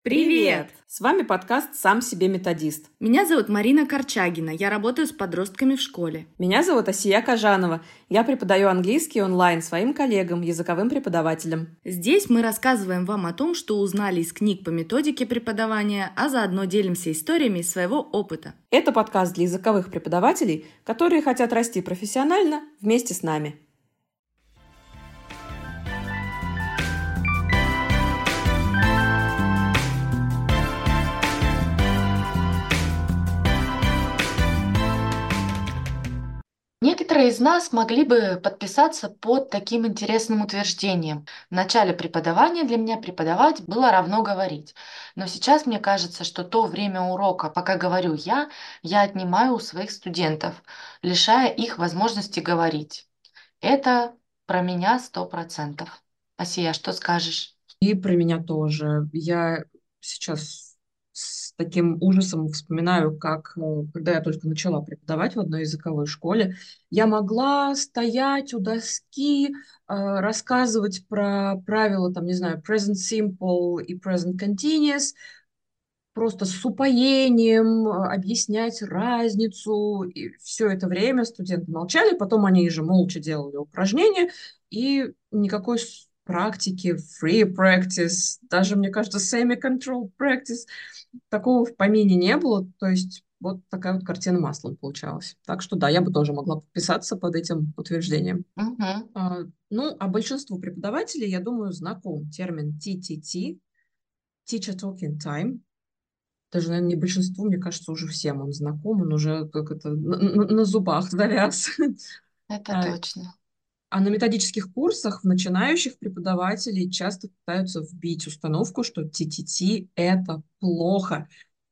Привет! С вами подкаст «Сам себе методист». Меня зовут Марина Корчагина, я работаю с подростками в школе. Меня зовут Асия Кажанова. Я преподаю английский онлайн своим коллегам, языковым преподавателям. Здесь мы рассказываем вам о том, что узнали из книг по методике преподавания, а заодно делимся историями из своего опыта. Это подкаст для языковых преподавателей, которые хотят расти профессионально вместе с нами. Некоторые из нас могли бы подписаться под таким интересным утверждением. В начале преподавания для меня преподавать было равно говорить. Но сейчас мне кажется, что то время урока, пока говорю я отнимаю у своих студентов, лишая их возможности говорить. Это про меня 100%. Асия, что скажешь? И про меня тоже. Я сейчас с таким ужасом вспоминаю, как, когда я только начала преподавать в одной языковой школе, я могла стоять у доски, рассказывать про правила, там, не знаю, present simple и present continuous, просто с упоением объяснять разницу. И все это время студенты молчали, потом они же молча делали упражнения, и никакой практики, free practice, даже, мне кажется, semi-controlled practice, такого в помине не было. То есть вот такая вот картина маслом получалась. Так что да, я бы тоже могла подписаться под этим утверждением. Мгм. Ну, а большинству преподавателей, я думаю, знаком термин TTT, Teacher Talking Time. Даже, наверное, не большинству, мне кажется, уже всем он знаком, он уже как это на зубах завяз. Это А точно. а на методических курсах в начинающих преподавателей часто пытаются вбить установку, что TTT – это плохо.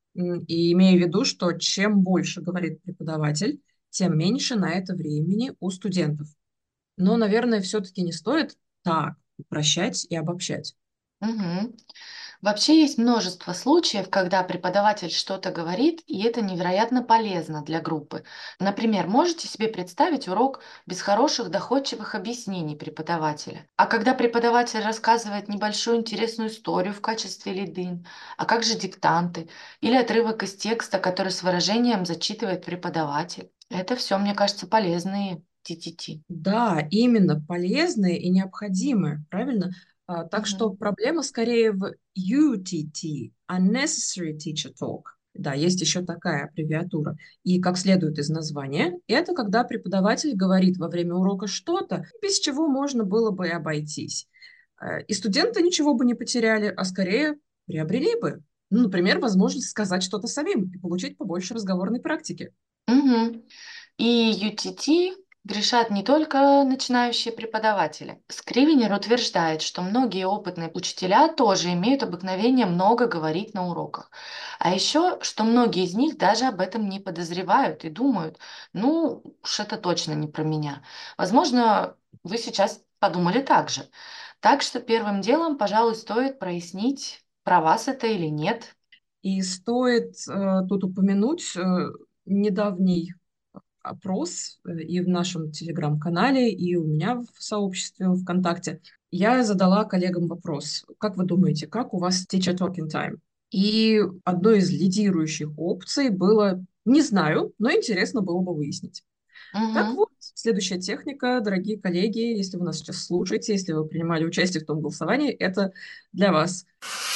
И имея в виду, что чем больше говорит преподаватель, тем меньше на это времени у студентов. Но, наверное, все-таки не стоит так упрощать и обобщать. Мгм. Вообще есть множество случаев, когда преподаватель что-то говорит, и это невероятно полезно для группы. Например, можете себе представить урок без хороших доходчивых объяснений преподавателя? А когда преподаватель рассказывает небольшую интересную историю в качестве лид-ин, а как же диктанты или отрывок из текста, который с выражением зачитывает преподаватель? Это все, мне кажется, полезные TTT. Да, именно полезные и необходимые, правильно? Так что Мгм. проблема скорее в UTT, Unnecessary Teacher Talk. Да, есть еще такая аббревиатура. И как следует из названия, это когда преподаватель говорит во время урока что-то, без чего можно было бы и обойтись. И студенты ничего бы не потеряли, а скорее приобрели бы. Ну, например, возможность сказать что-то самим и получить побольше разговорной практики. Мгм. И UTT грешат не только начинающие преподаватели. Скривенер утверждает, что многие опытные учителя тоже имеют обыкновение много говорить на уроках. А еще, что многие из них даже об этом не подозревают и думают, ну уж это точно не про меня. Возможно, вы сейчас подумали так же. Так что первым делом, пожалуй, стоит прояснить, про вас это или нет. И стоит тут упомянуть недавний опрос и в нашем телеграм-канале, и у меня в сообществе ВКонтакте. Я задала коллегам вопрос: как вы думаете, как у вас teacher talking time? И одной из лидирующих опций было «не знаю, но интересно было бы выяснить». Так Мгм. вот, следующая техника, дорогие коллеги, если вы нас сейчас слушаете, если вы принимали участие в том голосовании, это для вас.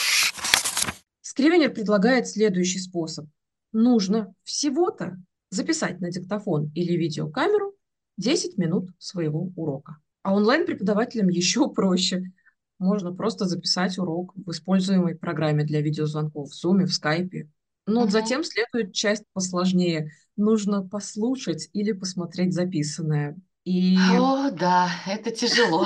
Скривенер предлагает следующий способ. Нужно всего-то записать на диктофон или видеокамеру 10 минут своего урока. А онлайн-преподавателям еще проще. Можно просто записать урок в используемой программе для видеозвонков в Zoom, в Skype. Но вот Мгм. затем следует часть посложнее. Нужно послушать или посмотреть записанное. И О, да, это тяжело.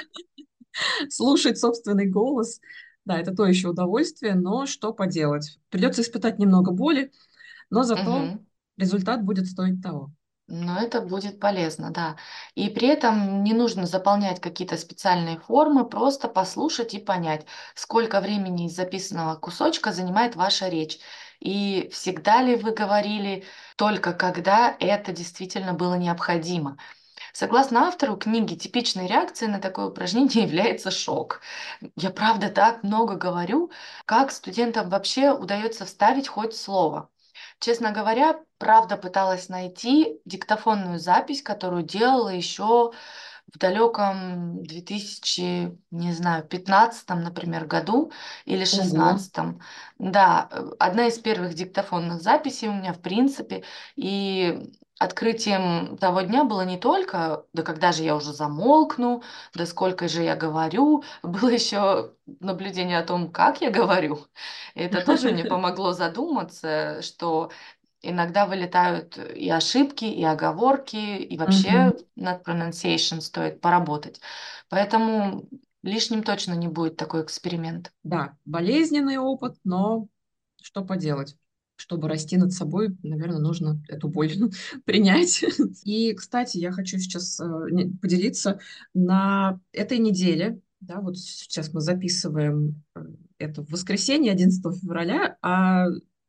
слушать собственный голос, да, это то еще удовольствие, но что поделать. Придется испытать немного боли, но зато Мгм. результат будет стоить того. Но это будет полезно, да. И при этом не нужно заполнять какие-то специальные формы, просто послушать и понять, сколько времени из записанного кусочка занимает ваша речь. И всегда ли вы говорили только когда это действительно было необходимо. Согласно автору книги, типичной реакцией на такое упражнение является шок. Я правда так много говорю, как студентам вообще удается вставить хоть слово. Честно говоря, правда пыталась найти диктофонную запись, которую делала еще в далеком 2000, не знаю, 15, например, году или Ого. 16. Да, одна из первых диктофонных записей у меня, в принципе, и открытием того дня было не только, да когда же я уже замолкну, да сколько же я говорю, было еще наблюдение о том, как я говорю. И это тоже мне помогло задуматься, что иногда вылетают и ошибки, и оговорки, и Мгм. вообще над pronunciation стоит поработать. Поэтому лишним точно не будет такой эксперимент. Да, болезненный опыт, но что поделать? Чтобы расти над собой, наверное, нужно эту боль принять. И, кстати, я хочу сейчас поделиться на этой неделе. Да, вот сейчас мы записываем это в воскресенье, 11 февраля, а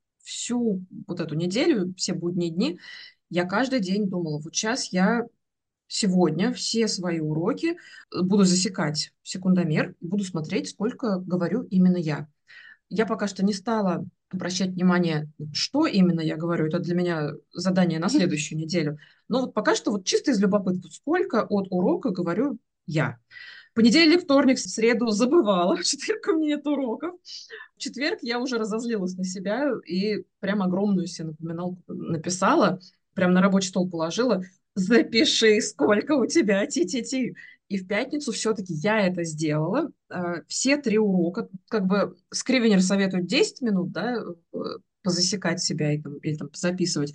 всю вот эту неделю, все будние дни, я каждый день думала, вот сейчас я сегодня все свои уроки буду засекать в секундомер и буду смотреть, сколько говорю именно я. Я пока что не стала обращать внимание, что именно я говорю. Это для меня задание на следующую неделю. Но вот пока что вот чисто из любопытства, сколько от урока говорю я. Понедельник, вторник, среду забывала. В четверг у меня нет уроков. В четверг я уже разозлилась на себя и прям огромную себе напоминалку написала, прям на рабочий стол положила. Запиши, сколько у тебя ти-ти-ти. И в пятницу все-таки я это сделала. Все 3 урока, как бы Скривенер советует 10 минут, да, позасекать себя и, там, или там записывать.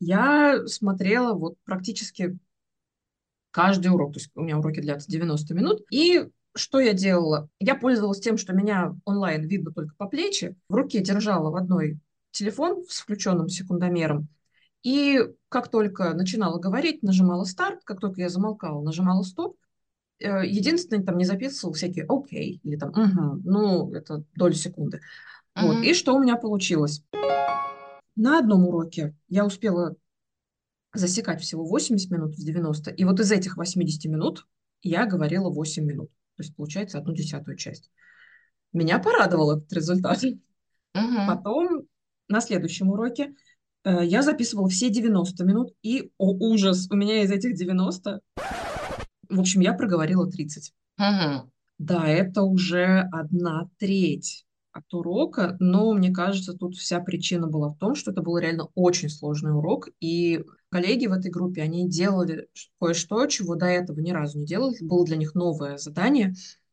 Я смотрела вот практически каждый урок. То есть у меня уроки длятся 90 минут. И что я делала? Я пользовалась тем, что меня онлайн видно только по плечи. В руке держала в одной телефон с включенным секундомером. И как только начинала говорить, нажимала старт, как только я замолкала, нажимала стоп. Единственное, там не записывал всякие окей или там угу, ну, это долю секунды. Вот. И Мгм. что у меня получилось? На одном уроке я успела засекать всего 80 минут из 90, и вот из этих 80 минут я говорила 8 минут. То есть, получается, 1/10 часть. Меня порадовал этот результат. Мгм. Потом на следующем уроке я записывала все 90 минут, и, о ужас, у меня из этих 90, в общем, я проговорила 30. Мгм. Да, это уже 1/3 от урока, но мне кажется, тут вся причина была в том, что это был реально очень сложный урок, и коллеги в этой группе, они делали кое-что, чего до этого ни разу не делали. Это было для них новое задание,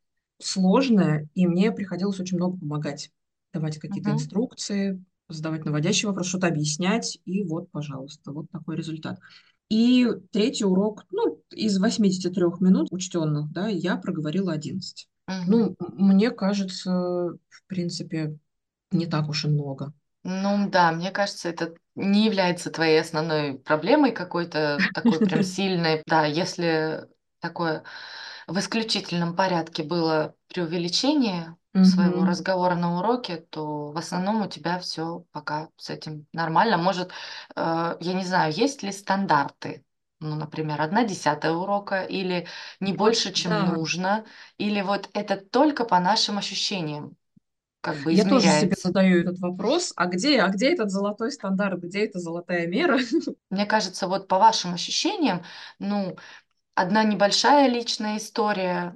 сложное, и мне приходилось очень много помогать, давать какие-то Мгм. инструкции, задавать наводящий вопрос, что-то объяснять, и вот, пожалуйста, вот такой результат. И третий урок, ну, из 83 минут учтенных, да, я проговорила 11. Мгм. Ну, мне кажется, в принципе, не так уж и много. Ну да, мне кажется, это не является твоей основной проблемой какой-то такой прям сильной. Да, если такое в исключительном порядке было преувеличение своего Мгм. разговора на уроке, то в основном у тебя все пока с этим нормально. Может, я не знаю, есть ли стандарты? Ну, например, 1/10 урока или не Вот, больше, чем да. нужно, или вот это только по нашим ощущениям как бы Я тоже себе измеряется. задаю этот вопрос, а где этот золотой стандарт, где эта золотая мера? Мне кажется, вот по вашим ощущениям, ну, одна небольшая личная история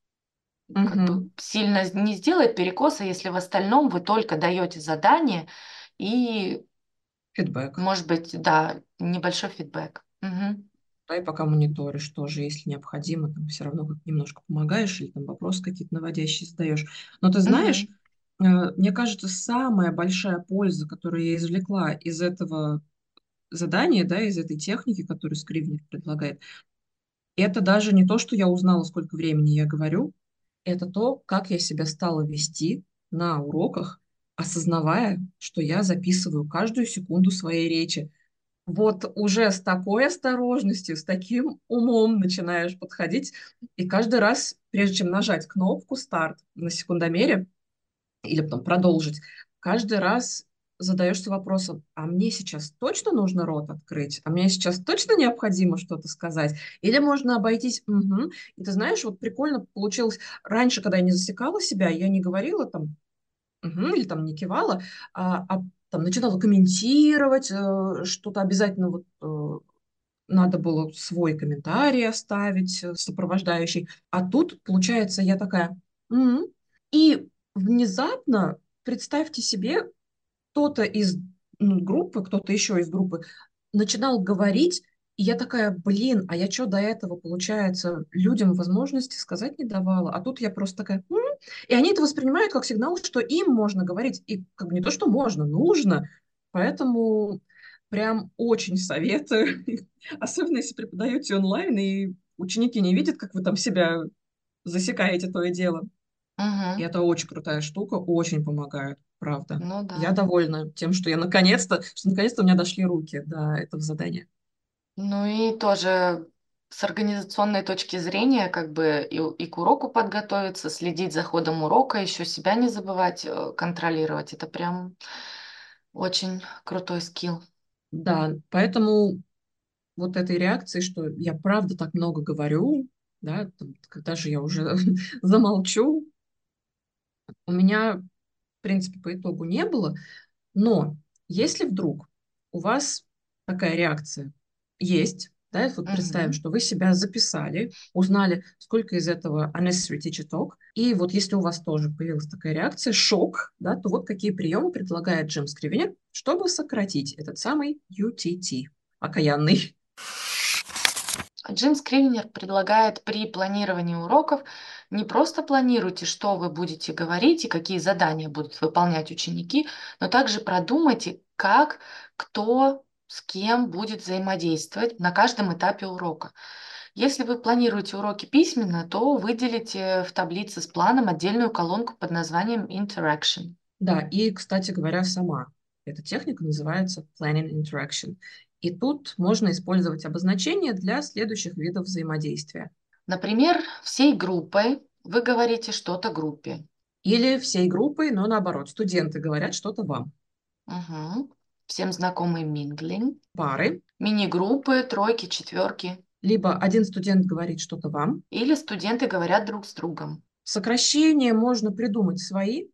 как бы Мгм. сильно не сделает перекоса, если в остальном вы только даете задание и, Фидбэк. может быть, да, небольшой фидбэк. Мгм. Да, и пока мониторишь тоже, если необходимо, там все равно как немножко помогаешь или там вопросы какие-то наводящие задаешь. Но ты знаешь, Мгм. мне кажется, самая большая польза, которую я извлекла из этого задания, да, из этой техники, которую Скривник предлагает, это даже не то, что я узнала, сколько времени я говорю, это то, как я себя стала вести на уроках, осознавая, что я записываю каждую секунду своей речи. Вот уже с такой осторожностью, с таким умом начинаешь подходить, и каждый раз, прежде чем нажать кнопку «Старт» на секундомере или потом продолжить, каждый раз задаешься вопросом, а мне сейчас точно нужно рот открыть? А мне сейчас точно необходимо что-то сказать? Или можно обойтись? Мгм. И ты знаешь, вот прикольно получилось. Раньше, когда я не засекала себя, я не говорила там «мгм» или там не кивала, а там начинала комментировать, что-то обязательно вот надо было свой комментарий оставить сопровождающий. А тут, получается, я такая «М». И внезапно, представьте себе, кто-то из группы, кто-то еще из группы начинал говорить, и я такая, блин, а я что до этого, получается, людям возможности сказать не давала? А тут я просто такая, «М». И они это воспринимают как сигнал, что им можно говорить. И как бы не то, что можно, нужно. Поэтому прям очень советую, особенно если преподаете онлайн, и ученики не видят, как вы там себя засекаете то и дело. И Мгм. это очень крутая штука, очень помогает, правда. Ну Я да. довольна тем, что наконец-то у меня дошли руки до этого задания. Ну и тоже с организационной точки зрения, как бы и к уроку подготовиться, следить за ходом урока, еще себя не забывать контролировать. Это прям очень крутой скилл. Да, поэтому вот этой реакции, что я правда так много говорю, да, там, когда же я уже замолчу, у меня, в принципе, по итогу не было. Но если вдруг у вас такая реакция есть, да, вот представим, Мгм. что вы себя записали, узнали, сколько из этого unnecessary teacher talk, и вот если у вас тоже появилась такая реакция, шок, да, то вот какие приемы предлагает Джим Скривенер, чтобы сократить этот самый UTT, окаянный. Джим Скривнер предлагает при планировании уроков не просто планируйте, что вы будете говорить и какие задания будут выполнять ученики, но также продумайте, как, кто, с кем будет взаимодействовать на каждом этапе урока. Если вы планируете уроки письменно, то выделите в таблице с планом отдельную колонку под названием Interaction. Да, и, кстати говоря, сама эта техника называется Planning Interaction. И тут можно использовать обозначения для следующих видов взаимодействия. Например, всей группой вы говорите что-то группе. Или всей группой, но наоборот, студенты говорят что-то вам. Мгм. Всем знакомый mingling. Пары, Мини-группы, тройки, четверки. либо один студент говорит что-то вам. Или студенты говорят друг с другом. Сокращения можно придумать свои,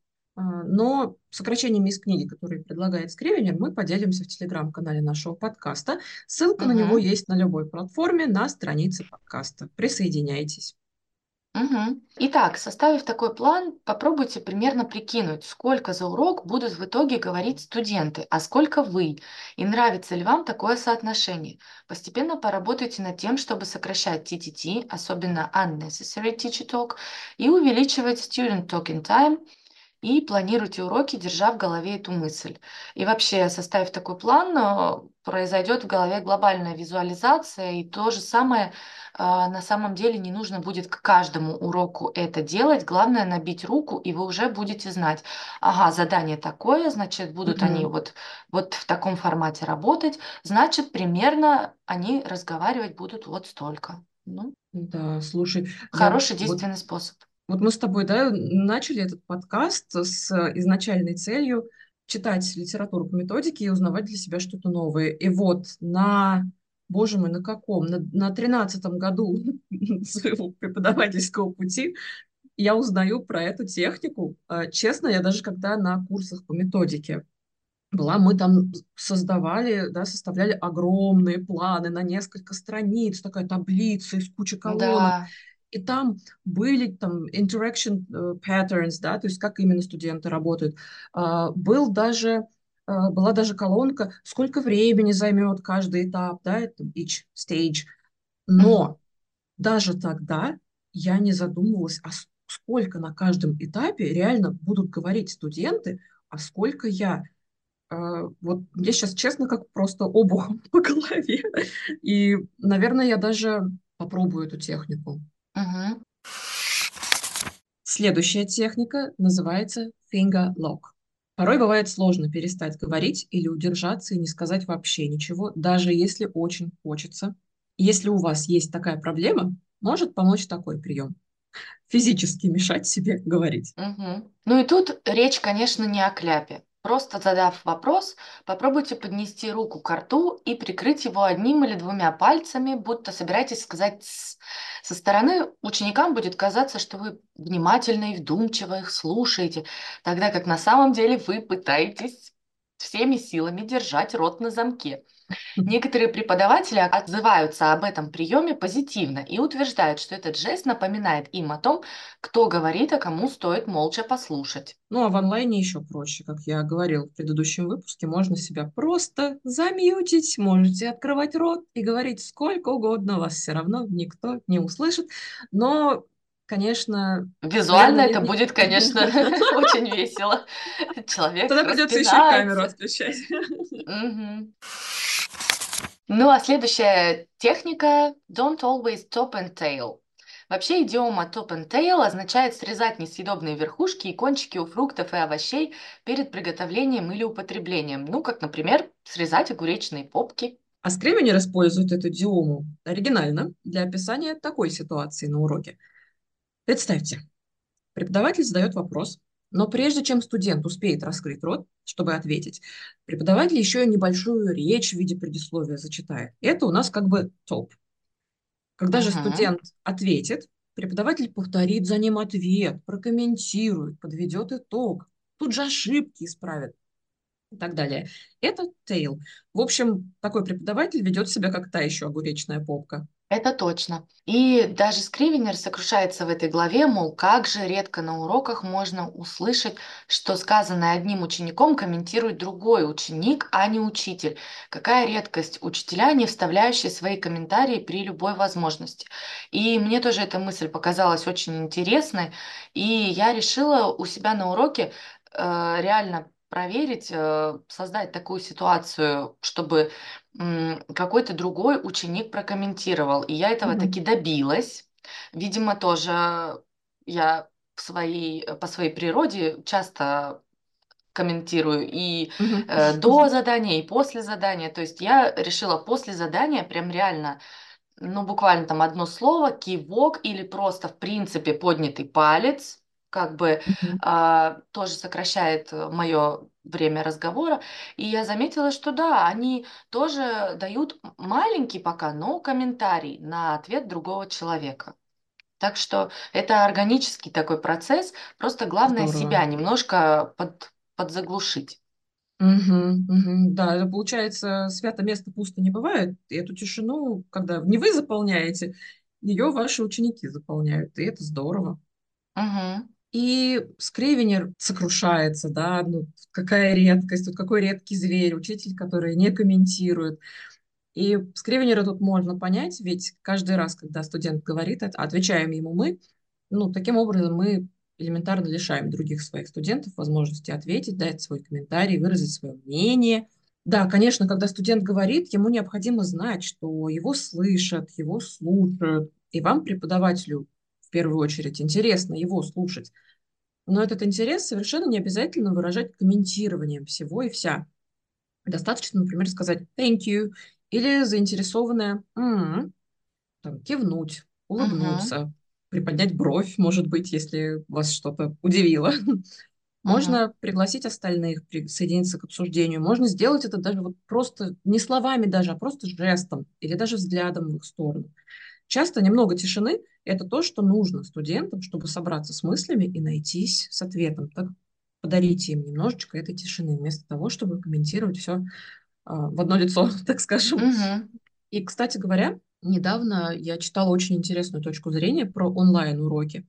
но сокращениями из книги, которые предлагает Скривенер, мы поделимся в телеграм-канале нашего подкаста. Ссылка на него Мгм. есть на любой платформе на странице подкаста. Присоединяйтесь. Мгм. Итак, составив такой план, попробуйте примерно прикинуть, сколько за урок будут в итоге говорить студенты, а сколько вы, и нравится ли вам такое соотношение. Постепенно поработайте над тем, чтобы сокращать TTT, особенно unnecessary teacher talk, и увеличивать student talking time, и планируйте уроки, держа в голове эту мысль. И вообще, составив такой план, произойдет в голове глобальная визуализация, и то же самое на самом деле не нужно будет к каждому уроку это делать. Главное набить руку, и вы уже будете знать, ага, задание такое, значит, будут они Мгм. вот в таком формате работать, значит, примерно они разговаривать будут вот столько. Ну, Да, слушай, я хороший вот действенный способ. Вот мы с тобой, да, начали этот подкаст с изначальной целью читать литературу по методике и узнавать для себя что-то новое. И вот боже мой, на каком? На 13-м году своего преподавательского пути я узнаю про эту технику. Честно, я даже когда на курсах по методике была, мы там создавали, да, составляли огромные планы на несколько страниц, такая таблица из кучи колонок. Да. И там были там interaction patterns, да, то есть как именно студенты работают. Была даже колонка, сколько времени займет каждый этап, да, это each stage. Мгм. Но даже тогда я не задумывалась, сколько на каждом этапе реально будут говорить студенты, а сколько я. Вот мне сейчас, честно, как просто обухом по голове. И, наверное, я даже попробую эту технику. Мгм. Следующая техника называется finger lock. Порой бывает сложно перестать говорить или удержаться и не сказать вообще ничего, даже если очень хочется. Если у вас есть такая проблема, может помочь такой прием. Физически мешать себе говорить. Мгм. Ну и тут речь, конечно, не о кляпе. Просто задав вопрос, попробуйте поднести руку к рту и прикрыть его одним или двумя пальцами, будто собираетесь сказать «с». Со стороны ученикам будет казаться, что вы внимательно и вдумчиво их слушаете, тогда как на самом деле вы пытаетесь всеми силами держать рот на замке. Некоторые преподаватели отзываются об этом приеме позитивно и утверждают, что этот жест напоминает им о том, кто говорит, а кому стоит молча послушать. Ну, а в онлайне еще проще. Как я говорил в предыдущем выпуске, можно себя просто замьютить, можете открывать рот и говорить сколько угодно, вас все равно никто не услышит. Но, конечно, Визуально наверное, это будет, конечно, очень весело. Человек Тогда придется еще и камеру распинается. отключать. Мгм. Ну а следующая техника don't always top and tail. Вообще идиома top and tail означает срезать несъедобные верхушки и кончики у фруктов и овощей перед приготовлением или употреблением. Ну, как, например, срезать огуречные попки. А скриминер использует эту идиому оригинально для описания такой ситуации на уроке. Представьте, преподаватель задает вопрос, но прежде чем студент успеет раскрыть рот, чтобы ответить, преподаватель еще и небольшую речь в виде предисловия зачитает. Это у нас как бы топ. Когда же Мгм. студент ответит, преподаватель повторит за ним ответ, прокомментирует, подведет итог, тут же ошибки исправит и так далее. Это тейл. В общем, такой преподаватель ведет себя как та еще огуречная попка. Это точно. И даже Скривенер сокрушается в этой главе, мол, как же редко на уроках можно услышать, что сказанное одним учеником комментирует другой ученик, а не учитель. Какая редкость, учителя, не вставляющие свои комментарии при любой возможности. И мне тоже эта мысль показалась очень интересной, и я решила у себя на уроке реально проверить, создать такую ситуацию, чтобы какой-то другой ученик прокомментировал. И я этого таки Мгм. добилась. Видимо, тоже я по своей природе часто комментирую и Мгм. до задания, и после задания. То есть я решила после задания прям реально ну, буквально там одно слово, кивок или просто, в принципе, поднятый палец, как бы Мгм. тоже сокращает мое время разговора. И я заметила, что да, они тоже дают маленький пока, но комментарий на ответ другого человека. Так что это органический такой процесс, просто главное Здорово. себя немножко подзаглушить. Мгм, мгм. Да, это получается, свято место пусто не бывает. И эту тишину, когда не вы заполняете, ее ваши ученики заполняют. И это здорово. Мгм. И Скривенер сокрушается, да, ну, какая редкость, вот какой редкий зверь, учитель, который не комментирует. И Скривенера тут можно понять, ведь каждый раз, когда студент говорит это, отвечаем ему мы, ну, таким образом мы элементарно лишаем других своих студентов возможности ответить, дать свой комментарий, выразить свое мнение. Да, конечно, когда студент говорит, ему необходимо знать, что его слышат, его слушают, и вам, преподавателю, в первую очередь, интересно его слушать. Но этот интерес совершенно не обязательно выражать комментированием всего и вся. Достаточно, например, сказать thank you или заинтересованное там, кивнуть, Мгм. улыбнуться, приподнять бровь, может быть, если вас что-то удивило. Мгм. Можно пригласить остальных присоединиться к обсуждению. Можно сделать это даже вот просто не словами даже, а просто жестом или даже взглядом в их сторону. Часто немного тишины– это то, что нужно студентам, чтобы собраться с мыслями и найтись с ответом. Так подарите им немножечко этой тишины, вместо того, чтобы комментировать все в одно лицо, так скажем. Мгм. И, кстати говоря, недавно я читала очень интересную точку зрения про онлайн-уроки.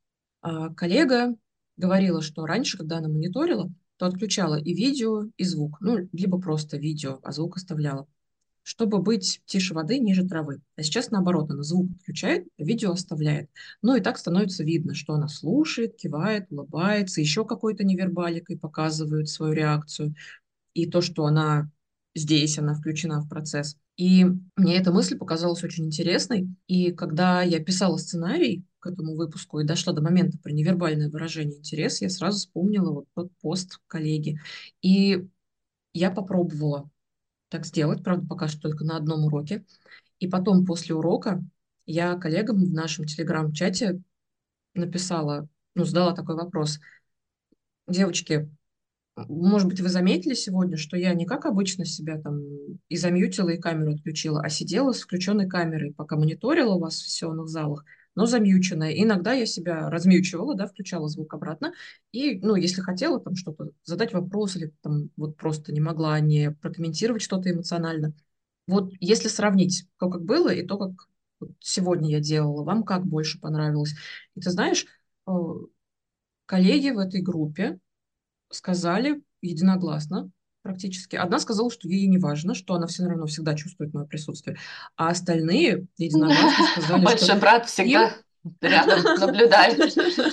Коллега говорила, что раньше, когда она мониторила, то отключала и видео, и звук. Ну, либо просто видео, а звук оставляла, чтобы быть тише воды, ниже травы. А сейчас наоборот, она звук отключает, а видео оставляет. Ну и так становится видно, что она слушает, кивает, улыбается, еще какой-то невербаликой показывает свою реакцию. И то, что она здесь, она включена в процесс. И мне эта мысль показалась очень интересной. И когда я писала сценарий к этому выпуску и дошла до момента про невербальное выражение интереса, я сразу вспомнила вот тот пост коллеги. И я попробовала так сделать, правда, пока что только на одном уроке. И потом, после урока, я коллегам в нашем телеграм-чате написала, ну, задала такой вопрос. Девочки, Может быть, вы заметили сегодня, что я не как обычно себя там и замьютила, и камеру отключила, а сидела с включенной камерой, пока мониторила вас в сессионных залах, но замьюченная. И иногда я себя размьючивала, да, включала звук обратно. И, ну, если хотела там что-то задать вопрос или там вот просто не могла не прокомментировать что-то эмоционально. Вот если сравнить то, как было, и то, как вот сегодня я делала, вам как больше понравилось? И ты знаешь, э, коллеги в этой группе сказали единогласно практически. Одна сказала, что ей не важно, что она все равно всегда чувствует мое присутствие. А остальные единогласно сказали, что Большой брат им... всегда рядом наблюдает.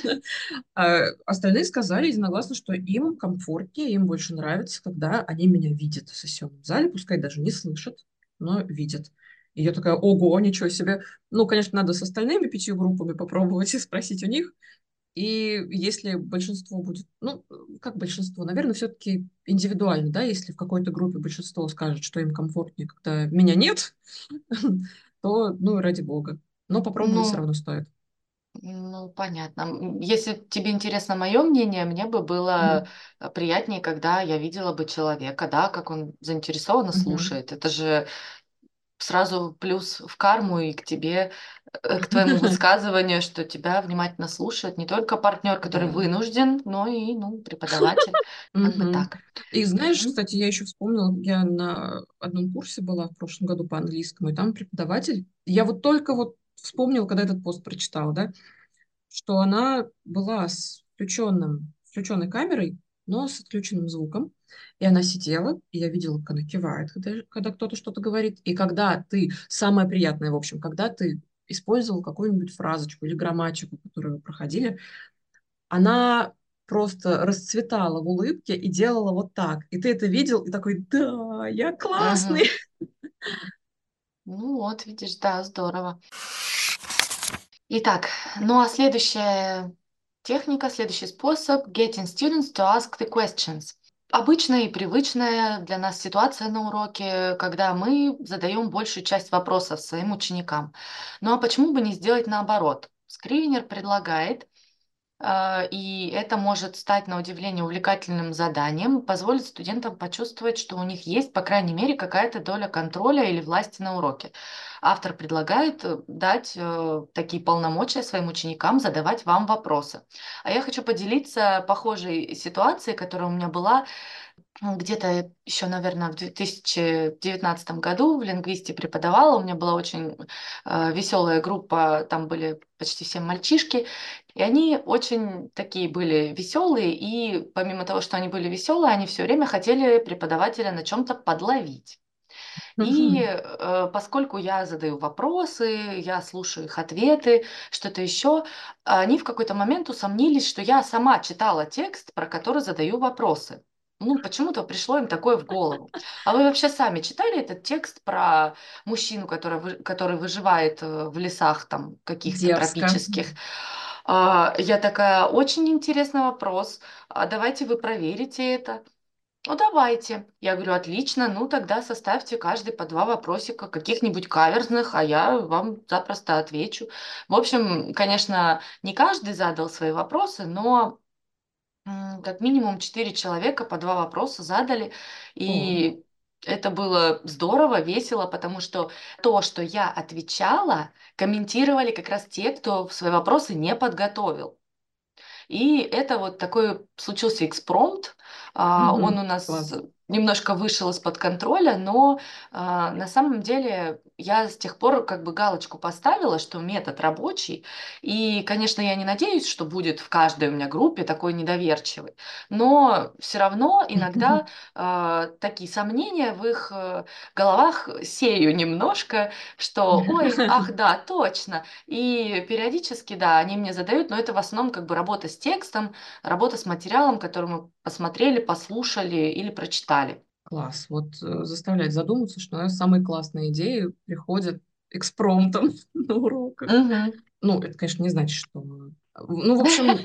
Остальные сказали единогласно, что им комфортнее, им больше нравится, когда они меня видят в сессионном зале, пускай даже не слышат, но видят. И я такая, ого, ничего себе. Ну, конечно, надо с остальными 5 группами попробовать и спросить у них, и если большинство будет, ну, как большинство, наверное, все-таки индивидуально, да, если в какой-то группе большинство скажет, что им комфортнее, когда меня нет, то, ну, ради бога. Но попробовать все Ну, равно стоит. ну, понятно. Если тебе интересно мое мнение, мне бы было Мгм. приятнее, когда я видела бы человека, да, как он заинтересованно Мгм. слушает. Это же сразу плюс в карму и к тебе, к твоему высказыванию, что тебя внимательно слушает не только партнер, который Да. вынужден, но и, ну, преподаватель. Как бы Мгм. так. И знаешь, Мгм. кстати, я еще вспомнила, я на одном курсе была в прошлом году по английскому, и там преподаватель, я вот только вот вспомнила, когда этот пост прочитала, да, что она была с включенной камерой, но с отключенным звуком. И она сидела, и я видела, как она кивает, когда кто-то что-то говорит. И когда ты, самое приятное, в общем, когда ты использовал какую-нибудь фразочку или грамматику, которую вы проходили, она просто расцветала в улыбке и делала вот так. И ты это видел, и такой, да, я классный. Мгм. Ну вот, видишь, да, здорово. Итак, ну а следующая техника, следующий способ — getting students to ask the questions. Обычная и привычная для нас ситуация на уроке, когда мы задаем большую часть вопросов своим ученикам. Ну а почему бы не сделать наоборот? Скринер предлагает, и это может стать, на удивление, увлекательным заданием, позволит студентам почувствовать, что у них есть, по крайней мере, какая-то доля контроля или власти на уроке. Автор предлагает дать такие полномочия своим ученикам задавать вам вопросы. А я хочу поделиться похожей ситуацией, которая у меня была где-то еще, наверное, в 2019 году в лингвисте преподавала. У меня была очень веселая группа, там были почти все мальчишки, и они очень такие были веселые, и помимо того, что они были веселые, они все время хотели преподавателя на чем-то подловить. И поскольку я задаю вопросы, я слушаю их ответы, что-то еще, они в какой-то момент усомнились, что я сама читала текст, про который задаю вопросы. Ну, почему-то пришло им такое в голову. А вы вообще сами читали этот текст про мужчину, который выживает в лесах там каких-то Дерзко. тропических? Я такая, очень интересный вопрос. Давайте вы проверите это. Ну, давайте. Я говорю, отлично, ну тогда составьте каждый по два вопросика, каких-нибудь каверзных, а я вам запросто отвечу. В общем, конечно, не каждый задал свои вопросы, но как минимум 4 человека по два вопроса задали, О, и это было здорово, весело, потому что то, что я отвечала, комментировали как раз те, кто свои вопросы не подготовил. И это вот такой случился экспромт. Он мгм. у нас Класс. немножко вышел из-под контроля, но на самом деле я с тех пор как бы галочку поставила, что метод рабочий. И, конечно, я не надеюсь, что будет в каждой у меня группе такой недоверчивый, но все равно иногда такие сомнения в их головах сею немножко, что, ой, ах да, точно. И периодически, да, они мне задают, но это в основном как бы работа с текстом, работа с материалом, который мы посмотрели, послушали или прочитали. Класс. Вот заставляет задуматься, что самые классные идеи приходят экспромтом на уроках. Мгм. Ну, это, конечно, не значит, что... Ну, в общем,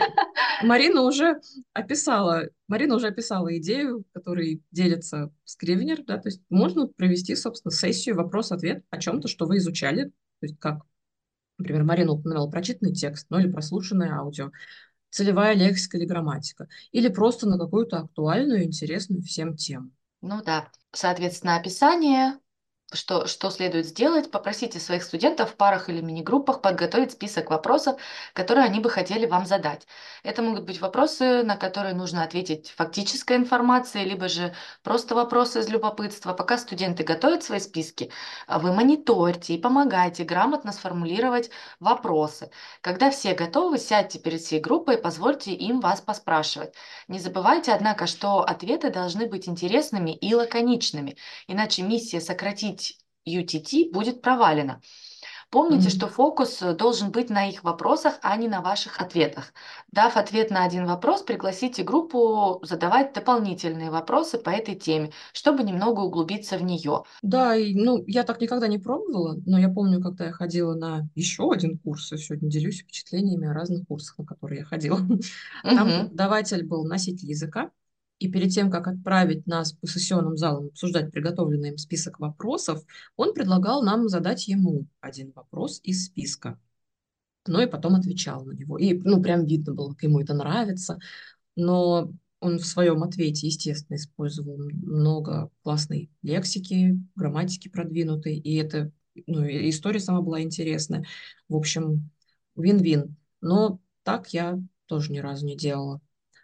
Марина уже описала идею, которой делится Scrivener, да, то есть можно провести, собственно, сессию вопрос-ответ о чем-то, что вы изучали, то есть как, например, Марина упоминала прочитанный текст, ну или прослушанное аудио. целевая лексика или грамматика, или просто на какую-то актуальную, интересную всем тему. Ну да. Соответственно, описание, что следует сделать, попросите своих студентов в парах или мини-группах подготовить список вопросов, которые они бы хотели вам задать. Это могут быть вопросы, на которые нужно ответить фактической информацией, либо же просто вопросы из любопытства. Пока студенты готовят свои списки, вы мониторьте и помогайте грамотно сформулировать вопросы. Когда все готовы, сядьте перед всей группой и позвольте им вас поспрашивать. Не забывайте, однако, что ответы должны быть интересными и лаконичными, иначе миссия сократить UTT будет провалена. Помните, что фокус должен быть на их вопросах, а не на ваших ответах. Дав ответ на один вопрос, пригласите группу задавать дополнительные вопросы по этой теме, чтобы немного углубиться в нее. Да, и, ну, я так никогда не пробовала, но я помню, когда я ходила на еще один курс, и сегодня делюсь впечатлениями о разных курсах, на которые я ходила. Там Мгм. преподаватель был носитель языка, и перед тем, как отправить нас по сессионным залам обсуждать приготовленный им список вопросов, он предлагал нам задать ему один вопрос из списка, ну и потом отвечал на него. И, ну, прям видно было, как ему это нравится, но он в своем ответе, естественно, использовал много классной лексики, грамматики продвинутой, и это, ну, и история сама была интересная. В общем, вин-вин. Но так я тоже ни разу не делала.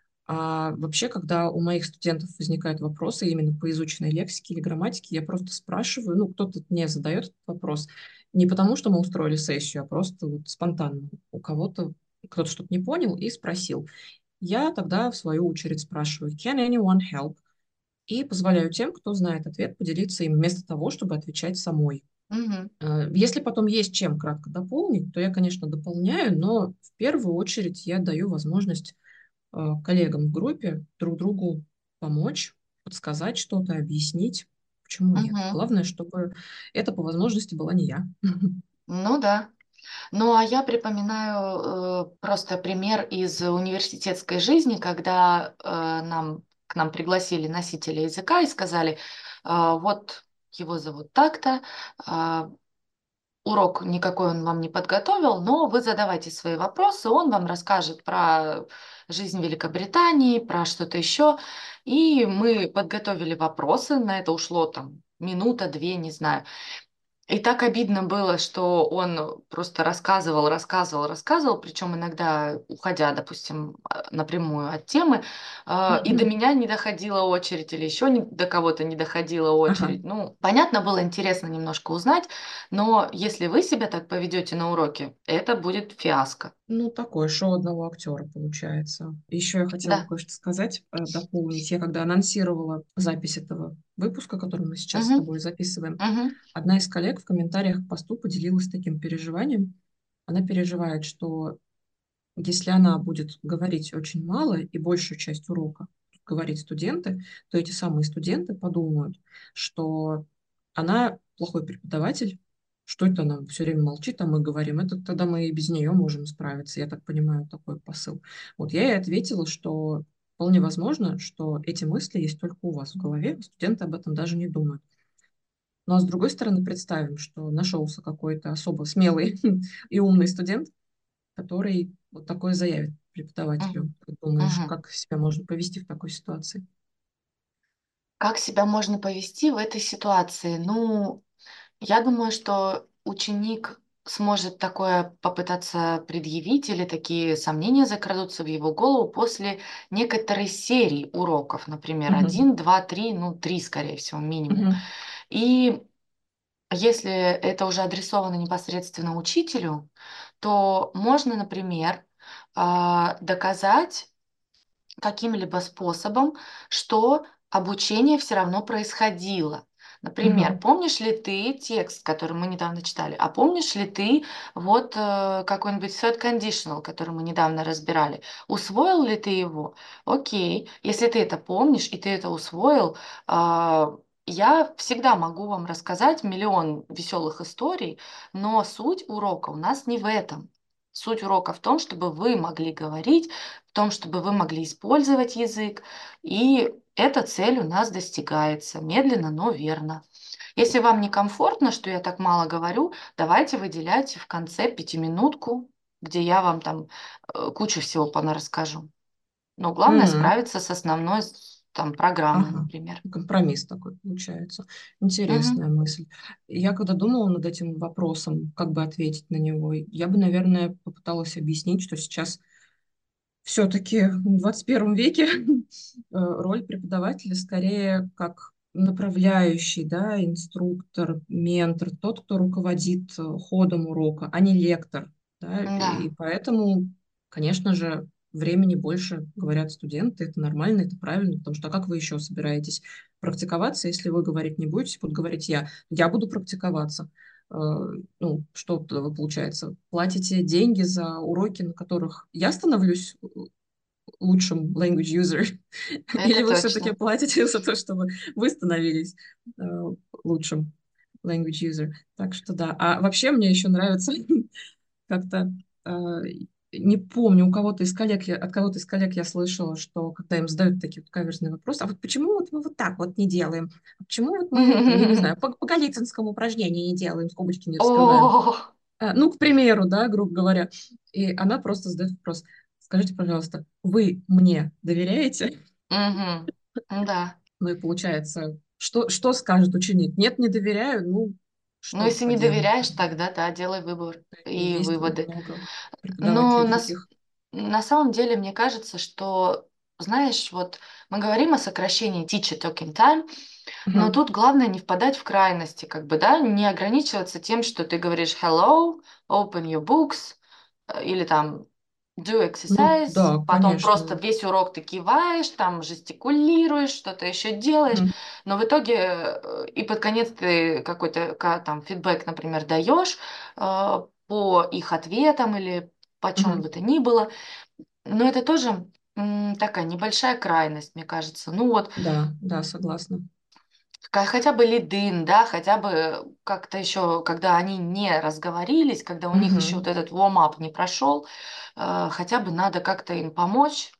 А вообще, когда у моих студентов возникают вопросы именно по изученной лексике или грамматике, я просто спрашиваю, ну, кто-то мне задает этот вопрос, не потому что мы устроили сессию, а просто вот спонтанно у кого-то кто-то что-то не понял и спросил. Я тогда, в свою очередь, спрашиваю, can anyone help? И позволяю тем, кто знает ответ, поделиться им вместо того, чтобы отвечать самой. Мгм. Если потом есть чем кратко дополнить, то я, конечно, дополняю, но в первую очередь я даю возможность коллегам в группе друг другу помочь, подсказать что-то, объяснить. Почему нет? Мгм. Главное, чтобы это по возможности была не я. Ну да. Ну, а я припоминаю просто пример из университетской жизни, когда к нам пригласили носителя языка и сказали, вот его зовут так-то, а, урок никакой он вам не подготовил, но вы задавайте свои вопросы, он вам расскажет про жизнь Великобритании, про что-то еще. И мы подготовили вопросы, на это ушло там минута, две, не знаю. И так обидно было, что он просто рассказывал, причем иногда уходя, допустим, напрямую от темы, и до меня не доходила очередь, или еще до кого-то не доходила Ага. очередь. Ну, понятно, было интересно немножко узнать, но если вы себя так поведете на уроке, это будет фиаско. Ну, такое шоу одного актера получается. Еще я хотела Да. кое-что сказать, дополнить. Я когда анонсировала запись этого выпуска, который мы сейчас с Мгм. тобой записываем, Мгм. одна из коллег в комментариях к посту поделилась таким переживанием. Она переживает, что если она будет говорить очень мало и большую часть урока говорить студенты, то эти самые студенты подумают, что она плохой преподаватель, что это она все время молчит, а мы говорим, это тогда мы и без нее можем справиться. Я так понимаю, такой посыл. Вот я ей ответила, что вполне возможно, что эти мысли есть только у вас в голове, а студенты об этом даже не думают. Ну а с другой стороны, представим, что нашелся какой-то особо смелый и умный студент, который вот такое заявит преподавателю. Мгм. Как думаешь, Мгм. как себя можно повести в такой ситуации? Как себя можно повести в этой ситуации? Ну, я думаю, что ученик сможет такое попытаться предъявить или такие сомнения закрадутся в его голову после некоторой серии уроков, например, Мгм. один, два, три, ну, три, скорее всего, минимум. Мгм. И если это уже адресовано непосредственно учителю, то можно, например, доказать каким-либо способом, что обучение все равно происходило. Например, Мгм. помнишь ли ты текст, который мы недавно читали, а помнишь ли ты вот какой-нибудь third conditional, который мы недавно разбирали? Усвоил ли ты его? Окей, если ты это помнишь и ты это усвоил, я всегда могу вам рассказать миллион веселых историй, но суть урока у нас не в этом. Суть урока в том, чтобы вы могли говорить, в том, чтобы вы могли использовать язык, и эта цель у нас достигается медленно, но верно. Если вам некомфортно, что я так мало говорю, давайте выделять в конце пятиминутку. где я вам там кучу всего расскажу. Но главное М, справиться с основной там программой, Ага, например. компромисс такой получается. Мгм. Интересная мысль. Я когда думала над этим вопросом, как бы ответить на него, я бы, наверное, попыталась объяснить, что сейчас все-таки в 21 веке роль преподавателя скорее как направляющий, да, инструктор, ментор, тот, кто руководит ходом урока, а не лектор. Да, и Да. поэтому, конечно же, времени больше, говорят студенты, это нормально, это правильно, потому что а как вы еще собираетесь практиковаться, если вы говорить не будете, буду говорить я буду практиковаться. Э, Ну, что получается? Платите деньги за уроки, на которых я становлюсь лучшим language user? Это Или вы все-таки точно. платите за то, чтобы вы становились э, лучшим language user? Так что да. А вообще мне еще нравится как-то, э, не помню, у кого-то из коллег, от кого-то из коллег я слышала, что когда им задают такие вот каверзные вопросы, а вот почему вот мы вот так вот не делаем? А почему вот мы, там, я не знаю, по Голицынскому упражнению не делаем, скобочки не раскрываем? О, Ну, к примеру, да, грубо говоря. И она просто задает вопрос. Скажите, пожалуйста, вы мне доверяете? мгм. Да. Ну и получается, что скажет ученик? Нет, не доверяю, ну, Ну, что если не поделать? доверяешь, тогда да, делай выбор И и есть выводы. много Но преподавателей других. на самом деле, мне кажется, что, знаешь, вот мы говорим о сокращении teacher talking time, но Мгм. тут главное не впадать в крайности, как бы, да, не ограничиваться тем, что ты говоришь hello, open your books, или там do Ну exercise, да, потом просто конечно. весь урок ты киваешь, там жестикулируешь, что-то еще делаешь, Мгм. но в итоге и под конец ты какой-то там фидбэк, например, даешь по их ответам или по чем Мгм. бы то ни было, но это тоже такая небольшая крайность, мне кажется. Ну вот Да, да, согласна. хотя бы лидын, да, хотя бы как-то еще, когда они не разговорились, когда у них еще вот Мгм. этот warm-up не прошел, хотя бы надо как-то им помочь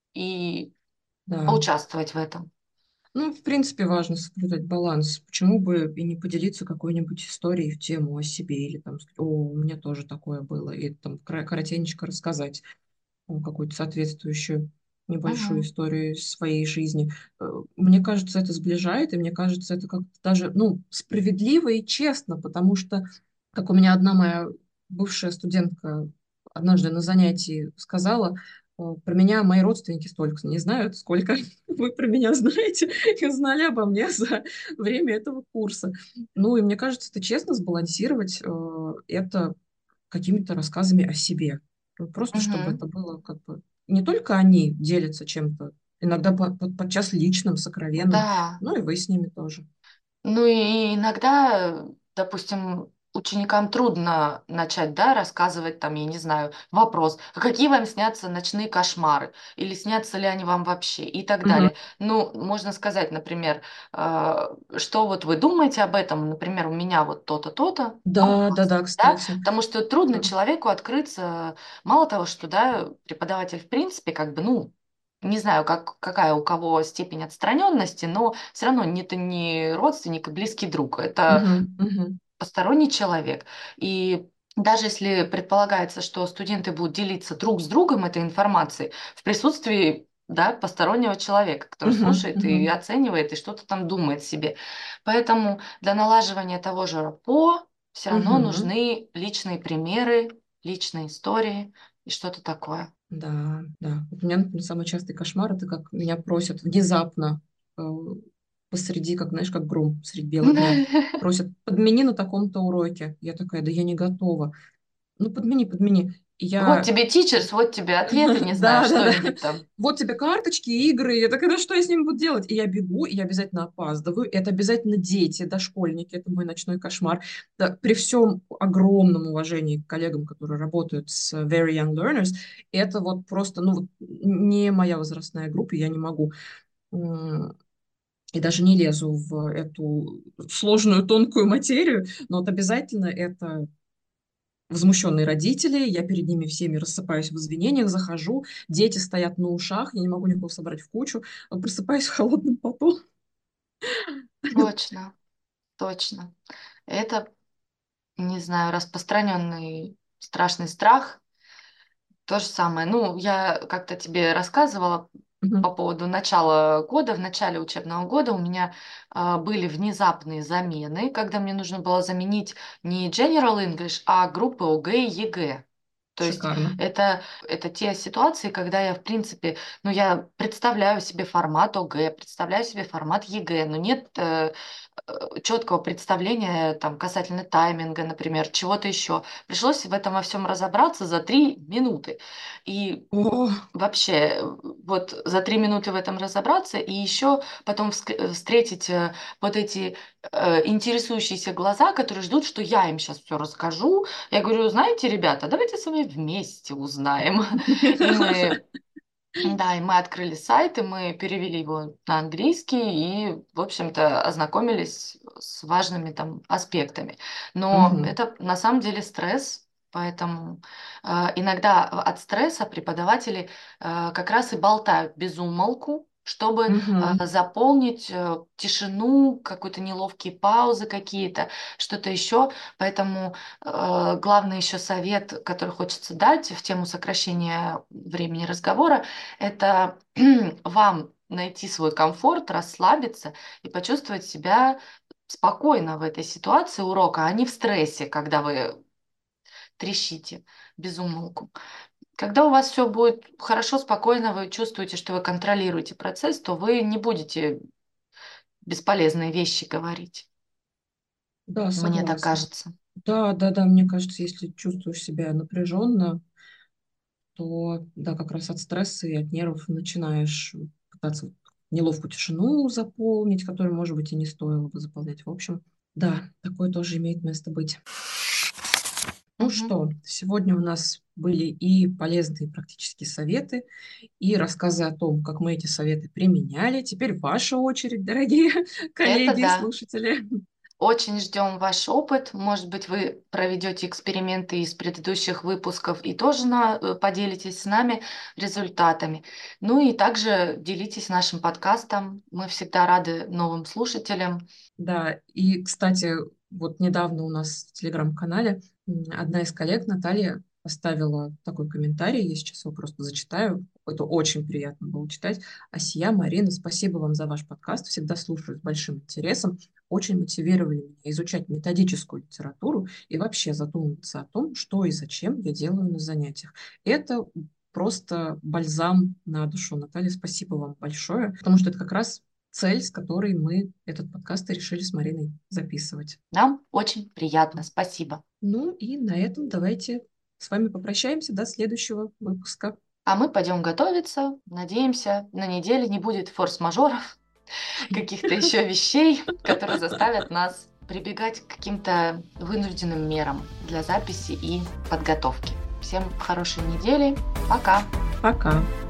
и Да. поучаствовать в этом. Ну, в принципе, важно соблюдать баланс. Почему бы и не поделиться какой-нибудь историей в тему о себе или там, сказать, о, у меня тоже такое было, и там коротенько рассказать какую-то соответствующую небольшую Мгм. историю из своей жизни. Мне кажется, это сближает, и мне кажется, это как-то даже, ну, справедливо и честно, потому что, как у меня одна моя бывшая студентка однажды на занятии сказала, про меня мои родственники столько не знают, сколько вы про меня знаете и узнали обо мне за время этого курса. Ну, и мне кажется, это честно сбалансировать это какими-то рассказами о себе. Ну, просто чтобы Мгм. это было как бы не только они делятся чем-то, иногда подчас личным, сокровенным, Да. но и вы с ними тоже. Ну и иногда, допустим, ученикам трудно начать, да, рассказывать там, я не знаю, вопрос, а какие вам снятся ночные кошмары, или снятся ли они вам вообще, и так Мгм. далее. Ну, можно сказать, например, что вот вы думаете об этом, например, у меня вот то-то, то-то, а у Да, да, вас, да, да, кстати. потому что трудно Да. человеку открыться, мало того, что, да, преподаватель в принципе, как бы, ну, не знаю, какая у кого степень отстраненности, но все равно это не родственник и близкий друг, это Мгм. Мгм. посторонний человек. И даже если предполагается, что студенты будут делиться друг с другом этой информацией в присутствии, да, постороннего человека, который Мгм. слушает и Мгм. оценивает, и что-то там думает себе. Поэтому для налаживания того же рапо все равно Мгм. нужны личные примеры, личные истории и что-то такое. Да, да. Вот у меня, например, самый частый кошмар — это как меня просят внезапно э, посреди, как, знаешь, как гром средь бела дня, просят, подмени на таком-то уроке. Я такая, да я не готова. Ну, подмени, подмени. И Вот я тебе тичерс, вот тебе ответы, не знаю, да, да, да. что-нибудь там. Вот тебе карточки, игры. Я такая, да что я с ними буду делать? И я бегу, и я обязательно опаздываю. Это обязательно дети, дошкольники. Это мой ночной кошмар. Да, при всем огромном уважении к коллегам, которые работают с Very Young Learners, это вот просто, ну, вот не моя возрастная группа, я не могу. И даже не лезу в эту сложную, тонкую материю, но вот обязательно это возмущенные родители, я перед ними всеми рассыпаюсь в извинениях, захожу, дети стоят на ушах, я не могу никого собрать в кучу, просыпаюсь в холодном поту. Точно, точно. Это, не знаю, распространенный страшный страх. То же самое. Ну, я как-то тебе рассказывала Мгм. по поводу начала года. В начале учебного года у меня были внезапные замены, когда мне нужно было заменить не General English, а группы ОГЭ и ЕГЭ. То есть Шикарно. это те ситуации, когда я, в принципе, ну, я представляю себе формат ОГЭ, представляю себе формат ЕГЭ, но нет четкого представления там касательно тайминга, например, чего-то еще. Пришлось в этом во всем разобраться за 3 минуты. И О, вообще, вот за 3 минуты в этом разобраться и еще потом встретить вот эти интересующиеся глаза, которые ждут, что я им сейчас все расскажу. Я говорю, знаете, ребята, давайте с вами вместе узнаем. И мы да, и мы открыли сайт, и мы перевели его на английский и, в общем-то, ознакомились с важными там аспектами. Но мгм, это на самом деле стресс, поэтому иногда от стресса преподаватели как раз и болтают без умолку, чтобы мгм. заполнить тишину, какие-то неловкие паузы какие-то, что-то еще. Поэтому главный еще совет, который хочется дать в тему сокращения времени разговора, это вам найти свой комфорт, расслабиться и почувствовать себя спокойно в этой ситуации урока, а не в стрессе, когда вы трещите без умолку. Когда у вас все будет хорошо, спокойно, вы чувствуете, что вы контролируете процесс, то вы не будете бесполезные вещи говорить. Да, Мне так согласна. кажется. Да, да, да, мне кажется, если чувствуешь себя напряженно, то да, как раз от стресса и от нервов начинаешь пытаться вот неловкую тишину заполнить, которую, может быть, и не стоило бы заполнять. В общем, да, такое тоже имеет место быть. Ну Мгм. что, сегодня у нас были и полезные практические советы, и рассказы о том, как мы эти советы применяли. Теперь ваша очередь, дорогие Это коллеги и да. слушатели. Очень ждем ваш опыт. Может быть, вы проведете эксперименты из предыдущих выпусков и тоже поделитесь с нами результатами. Ну и также делитесь нашим подкастом. Мы всегда рады новым слушателям. Да, и, кстати, вот недавно у нас в Телеграм-канале одна из коллег, Наталья, оставила такой комментарий, я сейчас его просто зачитаю. Это очень приятно было читать. Асия, Марина, спасибо вам за ваш подкаст. Всегда слушаю с большим интересом. Очень мотивировали меня изучать методическую литературу и вообще задумываться о том, что и зачем я делаю на занятиях. Это просто бальзам на душу. Наталья, спасибо вам большое, потому что это как раз цель, с которой мы этот подкаст и решили с Мариной записывать. Нам очень приятно. Спасибо. Ну и на этом давайте с вами попрощаемся до следующего выпуска. А мы пойдем готовиться. Надеемся, на неделе не будет форс-мажоров, каких-то еще вещей, которые заставят нас прибегать к каким-то вынужденным мерам для записи и подготовки. Всем хорошей недели. Пока! Пока!